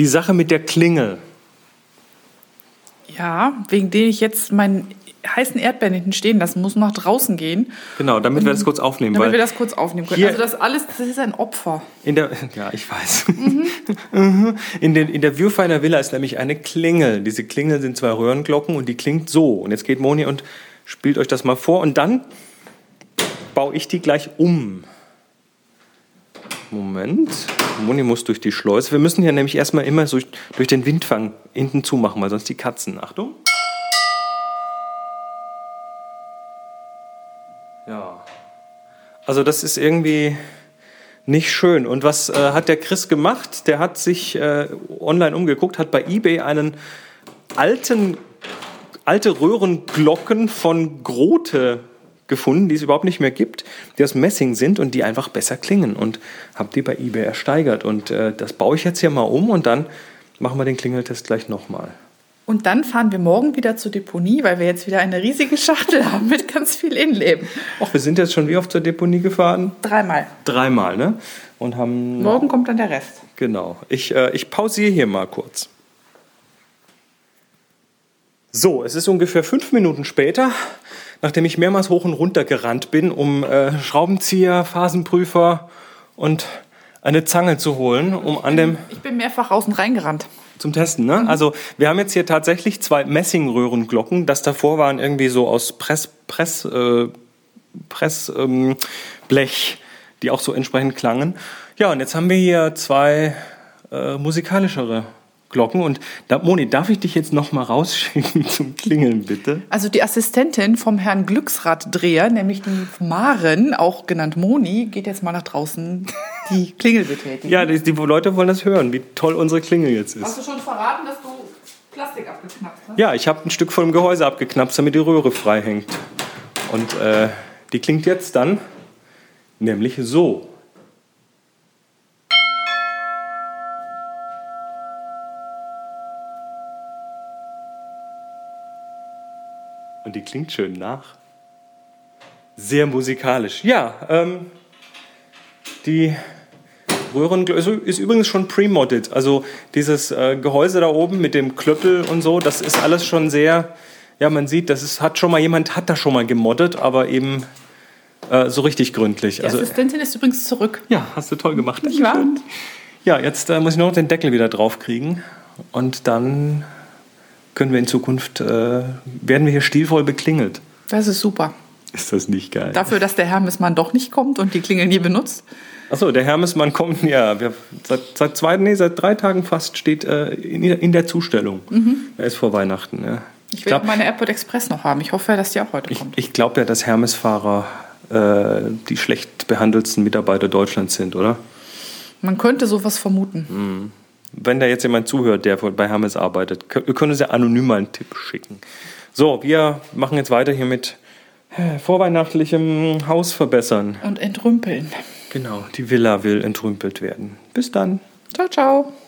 Die Sache mit der Klingel. Ja, wegen der ich jetzt meinen heißen Erdbeeren hinten stehen lassen muss, nach draußen gehen. Genau, damit wir das kurz aufnehmen. Damit wir das kurz aufnehmen können. Also das alles, das ist ein Opfer. Ja, ich weiß. In der Viewfinder Villa ist nämlich eine Klingel. Diese Klingel sind 2 Röhrenglocken und die klingt so. Und jetzt geht Moni und spielt euch das mal vor. Und dann baue ich die gleich um. Moment. Moni muss durch die Schleuse. Wir müssen hier nämlich erstmal immer so durch den Windfang hinten zumachen, weil sonst die Katzen. Achtung. Ja. Also das ist irgendwie nicht schön. Und was hat der Chris gemacht? Der hat sich online umgeguckt, hat bei eBay alte Röhrenglocken von Grote gefunden, die es überhaupt nicht mehr gibt, die aus Messing sind und die einfach besser klingen. Und habe die bei eBay ersteigert. Und das baue ich jetzt hier mal um und dann machen wir den Klingeltest gleich nochmal. Und dann fahren wir morgen wieder zur Deponie, weil wir jetzt wieder eine riesige Schachtel haben mit ganz viel Innenleben. Ach, wir sind jetzt schon wie oft zur Deponie gefahren? 3-mal. 3-mal, ne? Und haben... Morgen kommt dann der Rest. Genau. Ich pausiere hier mal kurz. So, es ist ungefähr 5 Minuten später, nachdem ich mehrmals hoch und runter gerannt bin, um Schraubenzieher, Phasenprüfer und eine Zange zu holen, Ich bin mehrfach außen reingerannt. Zum Testen, ne? Also wir haben jetzt hier tatsächlich 2 Messingröhrenglocken. Das davor waren irgendwie so aus Pressblech, die auch so entsprechend klangen. Ja, und jetzt haben wir hier 2 musikalischere Glocken. Und Moni, darf ich dich jetzt noch mal rausschicken zum Klingeln, bitte? Also die Assistentin vom Herrn Glücksraddreher, nämlich die Maren, auch genannt Moni, geht jetzt mal nach draußen die Klingel betätigen. Ja, die Leute wollen das hören, wie toll unsere Klingel jetzt ist. Hast du schon verraten, dass du Plastik abgeknapst hast? Ja, ich habe ein Stück von dem Gehäuse abgeknapst, damit die Röhre frei hängt. Und die klingt jetzt dann nämlich so. Und die klingt schön nach. Sehr musikalisch. Ja, die Röhrenglocke ist übrigens schon pre-modded. Also dieses Gehäuse da oben mit dem Klöppel und so, das ist alles schon sehr, ja, man sieht, jemand hat da schon mal gemoddet, aber eben so richtig gründlich. Die Assistentin ist übrigens zurück. Ja, hast du toll gemacht. Nicht wahr? Ja, jetzt muss ich nur noch den Deckel wieder drauf kriegen und dann können wir in Zukunft, werden wir hier stilvoll beklingelt. Das ist super. Ist das nicht geil? Dafür, dass der Hermesmann doch nicht kommt und die Klingel nie benutzt. Achso, der Hermesmann kommt, ja, seit 3 Tagen fast steht in der Zustellung. Er ist vor Weihnachten. Ja. Ich will meine AirPod Express noch haben. Ich hoffe, dass die auch heute kommt. Ich glaube ja, dass Hermes-Fahrer die schlecht behandelsten Mitarbeiter Deutschlands sind, oder? Man könnte sowas vermuten. Wenn da jetzt jemand zuhört, der bei Hermes arbeitet, können Sie anonym mal einen Tipp schicken. So, wir machen jetzt weiter hier mit vorweihnachtlichem Haus verbessern. Und entrümpeln. Genau, die Villa will entrümpelt werden. Bis dann. Ciao, ciao.